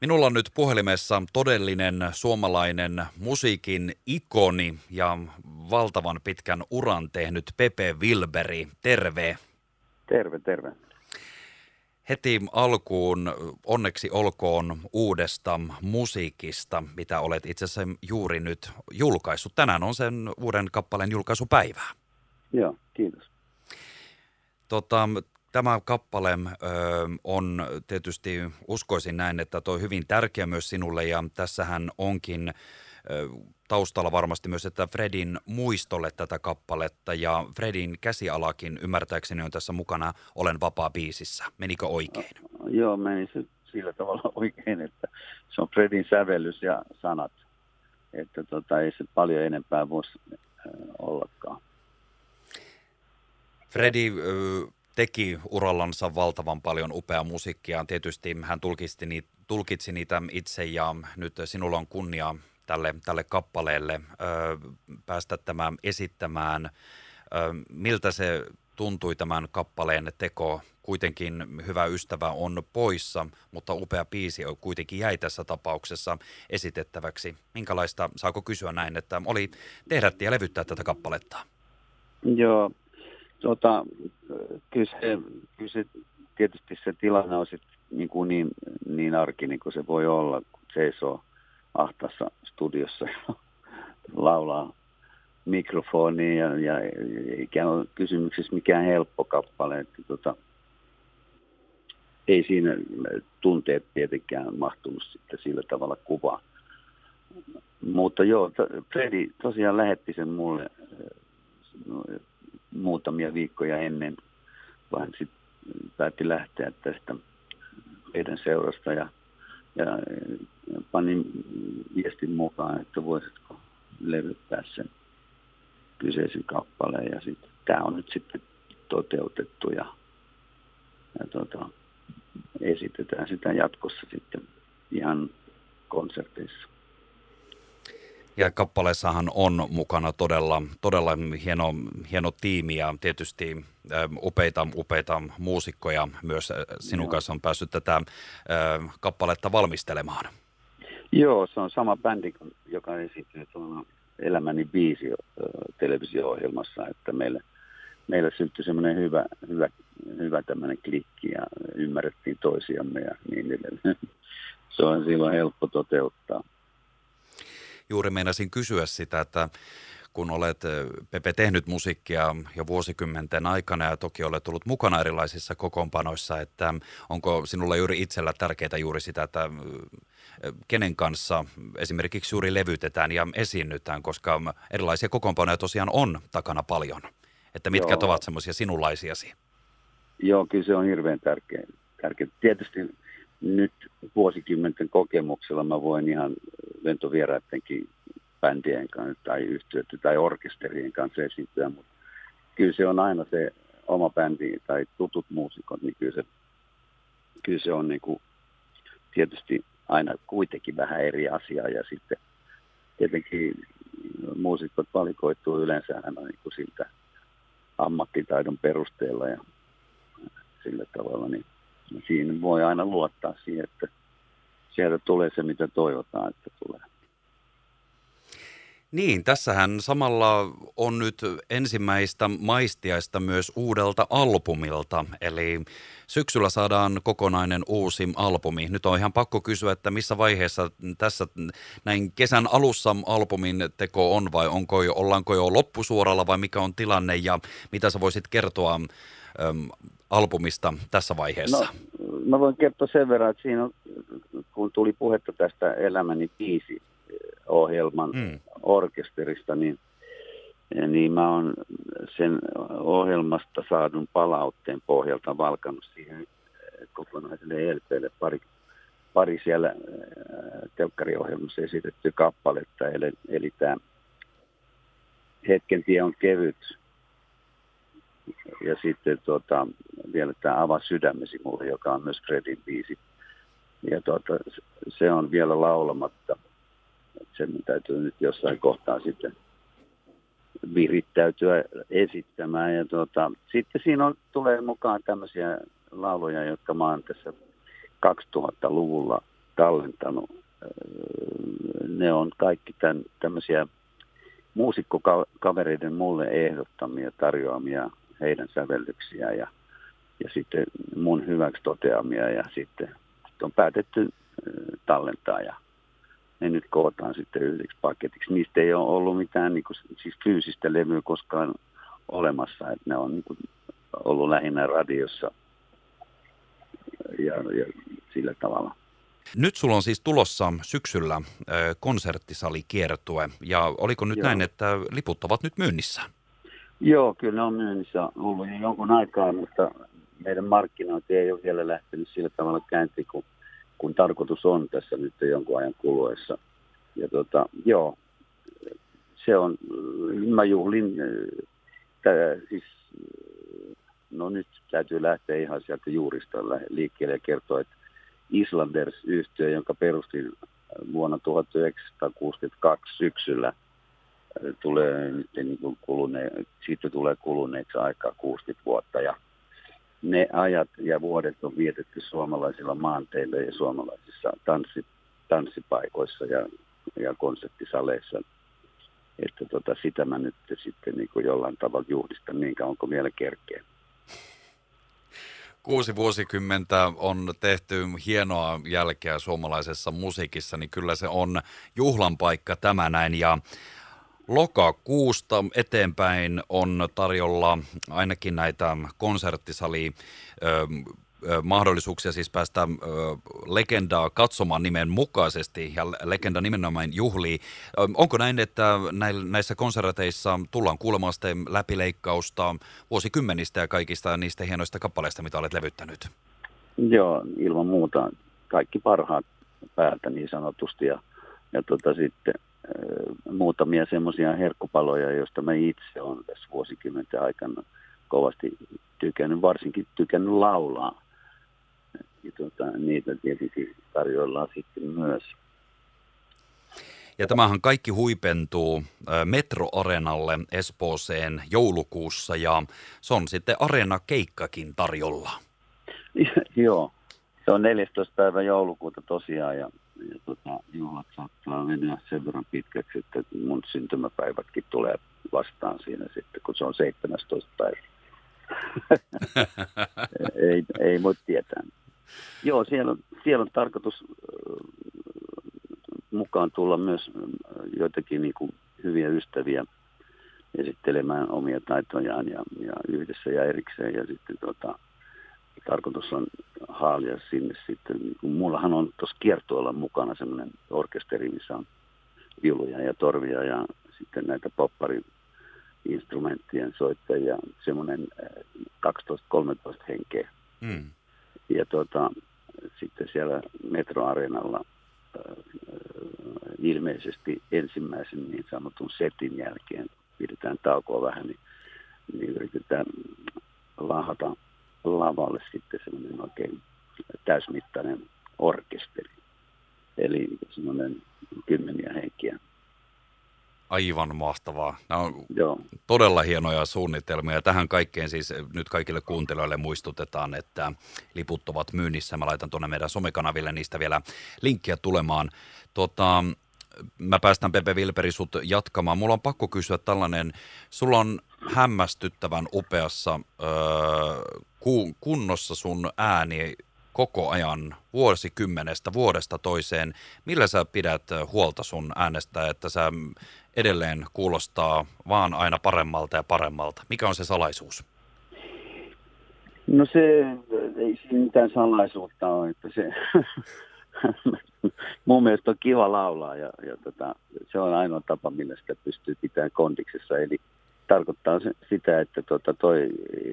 Minulla on nyt puhelimessa todellinen suomalainen musiikin ikoni ja valtavan pitkän uran tehnyt Pepe Wilberi. Terve! Terve, terve. Heti alkuun onneksi olkoon uudesta musiikista, mitä olet itse asiassa juuri nyt julkaissut. Tänään on sen uuden kappaleen julkaisupäivää. Joo, kiitos. Tämä kappale on tietysti, uskoisin näin, että tuo on hyvin tärkeä myös sinulle, ja tässähän onkin taustalla varmasti myös, että Fredin muistolle tätä kappaletta, ja Fredin käsialakin ymmärtääkseni on tässä mukana Olen vapaa -biisissä. Menikö oikein? Joo, meni se sillä tavalla oikein, että se on Fredin sävellys ja sanat, että ei se paljon enempää voisi ollakaan. Fredi teki urallansa valtavan paljon upeaa musiikkia. Tietysti hän tulkitsi niitä itse, ja nyt sinulla on kunnia tälle kappaleelle päästä tämän esittämään. Miltä se tuntui tämän kappaleen teko? Kuitenkin hyvä ystävä on poissa, mutta upea biisi kuitenkin jäi tässä tapauksessa esitettäväksi. Minkälaista, saako kysyä näin, että oli tehdä ja levyttää tätä kappaletta? Joo. Kyllä se tietysti se tilanne on sitten niin arkinen kuin se voi olla, kun seisoo ahtaassa studiossa ja laulaa mikrofoniin ja ikään ole kysymyksessä mikään helppo kappale. Että ei siinä tunteet tietenkään mahtunut sitten sillä tavalla kuvaan. Mutta joo, Fredi tosiaan lähetti sen mulle muutamia viikkoja ennen, vaan sitten päätti lähteä tästä meidän seurasta ja panin viestin mukaan, että voisitko levyttää sen kyseisen kappaleen, ja sitten tämä on nyt sitten toteutettu ja esitetään sitä jatkossa sitten ihan konserteissa. Ja kappaleessahan on mukana todella hieno tiimi, ja tietysti upeita muusikkoja myös sinun kanssa on päässyt tätä kappaletta valmistelemaan. Joo, se on sama bändi, joka esiintyy Elämäni biisi televisio-ohjelmassa, että meillä syntyi semmoinen hyvä tämmöinen klikki ja ymmärrettiin toisiamme ja niin edelleen. Se on silloin helppo toteuttaa. Juuri meinasin kysyä sitä, että kun olet, Pepe, tehnyt musiikkia jo vuosikymmenten aikana ja toki olet ollut mukana erilaisissa kokoonpanoissa, että onko sinulla juuri itsellä tärkeää juuri sitä, että kenen kanssa esimerkiksi juuri levytetään ja esiinnytään, koska erilaisia kokoonpanoja tosiaan on takana paljon. Että mitkä ovat semmoisia sinunlaisiasi? Joo, kyllä se on hirveän tärkeä. Tietysti nyt vuosikymmenten kokemuksella mä voin ihan lentovieraidenkin bändien kanssa tai yhtiöiden tai orkesterien kanssa esiintyä, mutta kyllä se on aina se oma bändi tai tutut muusikot, niin kyllä se on niin kuin tietysti aina kuitenkin vähän eri asia, ja sitten tietenkin muusikot valikoituu yleensä aina niin kuin siltä ammattitaidon perusteella ja sillä tavalla, niin siinä voi aina luottaa siihen, että sieltä tulee se, mitä toivotaan, että tulee. Niin, tässähän samalla on nyt ensimmäistä maistiaista myös uudelta albumilta, eli syksyllä saadaan kokonainen uusi albumi. Nyt on ihan pakko kysyä, että missä vaiheessa tässä näin kesän alussa albumin teko on, vai ollaanko jo loppusuoralla, vai mikä on tilanne, ja mitä sä voisit kertoa albumista tässä vaiheessa? No, mä voin kertoa sen verran, että siinä on, kun tuli puhetta tästä Elämäni biisi ohjelman orkesterista, niin mä oon sen ohjelmasta saadun palautteen pohjalta valkannut siihen kokonaiselle ELP:lle pari siellä telkkariohjelmassa esitettyä kappaletta, eli tämä Hetken tie on kevyt, ja sitten vielä tämä Avaa sydämesi mulle, joka on myös Fredin biisi, ja se on vielä laulamatta. Sen täytyy nyt jossain kohtaa sitten virittäytyä esittämään. Ja sitten siinä tulee mukaan tämmöisiä lauluja, jotka mä oon tässä 2000-luvulla tallentanut. Ne on kaikki tämmöisiä muusikkokavereiden mulle ehdottamia, tarjoamia heidän sävellyksiä ja sitten mun hyväksi toteamia ja sitten on päätetty tallentaa ja ne nyt kootaan sitten yhdeksi paketiksi. Niistä ei ole ollut mitään niin kuin, siis fyysistä levyä koskaan olemassa, että ne on niin kuin, ollut lähinnä radiossa ja sillä tavalla. Nyt sulla on siis tulossa syksyllä konserttisalikiertue, ja oliko nyt näin, että liput ovat nyt myynnissä? Joo, kyllä ne on myynnissä ollut jo jonkun aikaa, mutta meidän markkinointi ei ole vielä lähtenyt sillä tavalla käyntiin, kun tarkoitus on tässä nyt jonkun ajan kuluessa. Ja joo, se on, mä juhlin, siis, no nyt täytyy lähteä ihan sieltä juurista liikkeelle ja kertoa, että Islanders-yhtiö, jonka perustin vuonna 1962 syksyllä, tulee nyt niin kuin siitä tulee kuluneeksi aikaa 60 vuotta ja ne ajat ja vuodet on vietetty suomalaisilla maanteilla ja suomalaisissa tanssipaikoissa ja konserttisaleissa. Että sitä mä nyt sitten niin kuin jollain tavalla juhdistan, niin kauan kuin vielä kerkeä. 6 vuosikymmentä on tehty hienoa jälkeä suomalaisessa musiikissa, niin kyllä se on juhlan paikka tämä näin. Ja lokakuusta eteenpäin on tarjolla ainakin näitä konserttisali mahdollisuuksia siis päästä legendaa katsomaan nimen mukaisesti ja legenda nimenomaan juhlii. Onko näin, että näissä konserteissa tullaan kuulemaan sitten läpileikkausta vuosikymmenistä ja kaikista niistä hienoista kappaleista, mitä olet levyttänyt? Joo, ilman muuta kaikki parhaat päältä niin sanotusti ja sitten muutamia semmoisia herkkupaloja, joista mä itse olen tässä vuosikymmenten aikana kovasti tykännyt, varsinkin tykännyt laulaa. Ja niitä tietenkin tarjoillaan sitten myös. Ja tämähän kaikki huipentuu Metro-areenalle Espooseen joulukuussa ja se on sitten areenakeikkakin tarjolla. Joo, se on 14. päivä joulukuuta tosiaan ja juhlat saattaa mennä sen verran pitkäksi, että mun syntymäpäivätkin tulee vastaan siinä sitten, kun se on 17. päivä. ei voi tietää. Joo, siellä on tarkoitus mukaan tulla myös joitakin niin kuin hyviä ystäviä esittelemään omia taitojaan ja yhdessä ja erikseen. Ja sitten tarkoitus on haalia sinne sitten. Mullahan on tuossa kiertueella mukana semmoinen orkesteri, missä on viuluja ja torvia ja sitten näitä poppari-instrumenttien soittajia, semmoinen 12-13 henkeä. Mm. Ja sitten siellä Metro-areenalla ilmeisesti ensimmäisen niin sanotun setin jälkeen pidetään taukoa vähän, niin yritetään laahata lavalle sitten semmoinen oikein täysmittainen orkesteri. Eli semmoinen 10 henkiä. Aivan mahtavaa. Nämä on todella hienoja suunnitelmia. Tähän kaikkeen siis nyt kaikille kuuntelijoille muistutetaan, että liput ovat myynnissä. Mä laitan tuonne meidän somekanaville niistä vielä linkkiä tulemaan. Mä päästän Pepe Wilberi sut jatkamaan. Mulla on pakko kysyä tällainen, sulla on hämmästyttävän upeassa kunnossa sun ääni koko ajan vuosikymmenestä vuodesta toiseen. Millä sä pidät huolta sun äänestä, että sä edelleen kuulostaa vaan aina paremmalta ja paremmalta? Mikä on se salaisuus? No se ei siinä mitään salaisuutta ole, että se mun mielestä on kiva laulaa ja se on ainoa tapa, millä sitä pystyy pitämään kondiksessa. Eli tarkoittaa sitä, että toi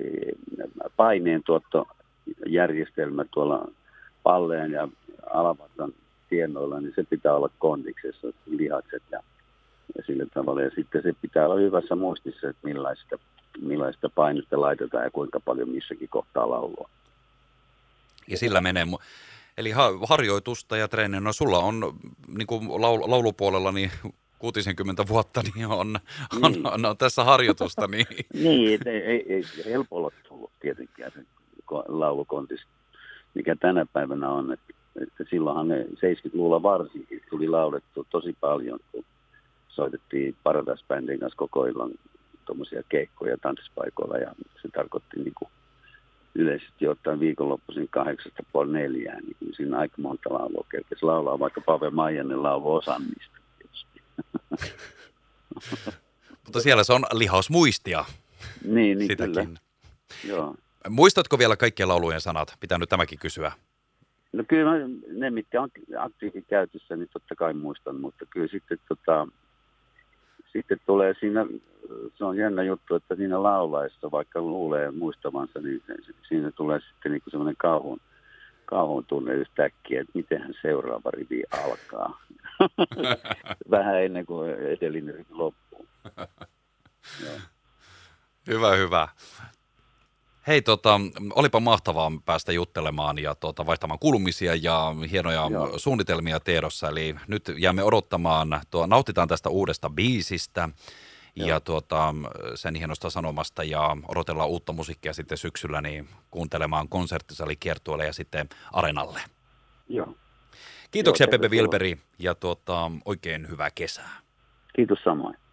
paineentuottojärjestelmä tuolla palleen ja alavatsan tienoilla, niin se pitää olla kondiksessa, lihakset ja sillä tavalla. Ja sitten se pitää olla hyvässä muistissa, että millaista painetta laitetaan ja kuinka paljon missäkin kohtaa laulua. Ja sillä menee. Eli harjoitusta ja treeniä, no sulla on niin kuin laulupuolella niin 60 vuotta, niin on tässä harjoitusta. Niin, niin ei helpolla tullut tietenkään se laulukondis, mikä tänä päivänä on. että silloinhan ne 70-luvulla varsinkin tuli laulettu tosi paljon, kun soitettiin Paradise-bändin kanssa koko illan tuommoisia keikkoja tanssispaikoilla, ja se tarkoitti niin kuin yleisesti ottaen viikonloppuisin 3:30 niin siinä aika monta laulua kerkesi laulaa, vaikka Pave Maijanen lauloi osan niistä. Mutta siellä se on lihausmuistia. Niin sitäkin. Kyllä. Joo. Muistatko vielä kaikkien laulujen sanat? Pitää nyt tämäkin kysyä. No kyllä ne, mitkä on aktiivikäytössä, niin totta kai muistan, mutta kyllä sitten tulee siinä, se on jännä juttu, että siinä laulaessa, vaikka luulee muistavansa, niin siinä tulee sitten niin semmoinen kauhun tunne yhtäkkiä, että mitenhän seuraava rivi alkaa. Vähän ennen kuin edellinen rivi loppuu. Hyvä. Hei, olipa mahtavaa päästä juttelemaan ja vaihtamaan kulmisia ja hienoja suunnitelmia tiedossa. Eli nyt jäämme odottamaan, nautitaan tästä uudesta biisistä ja sen hienosta sanomasta ja odotellaan uutta musiikkia sitten syksyllä niin kuuntelemaan konserttisalikiertueelle ja sitten Areenalle. Joo. Kiitoksia Pepe Wilberi ja oikein hyvää kesää. Kiitos samoin.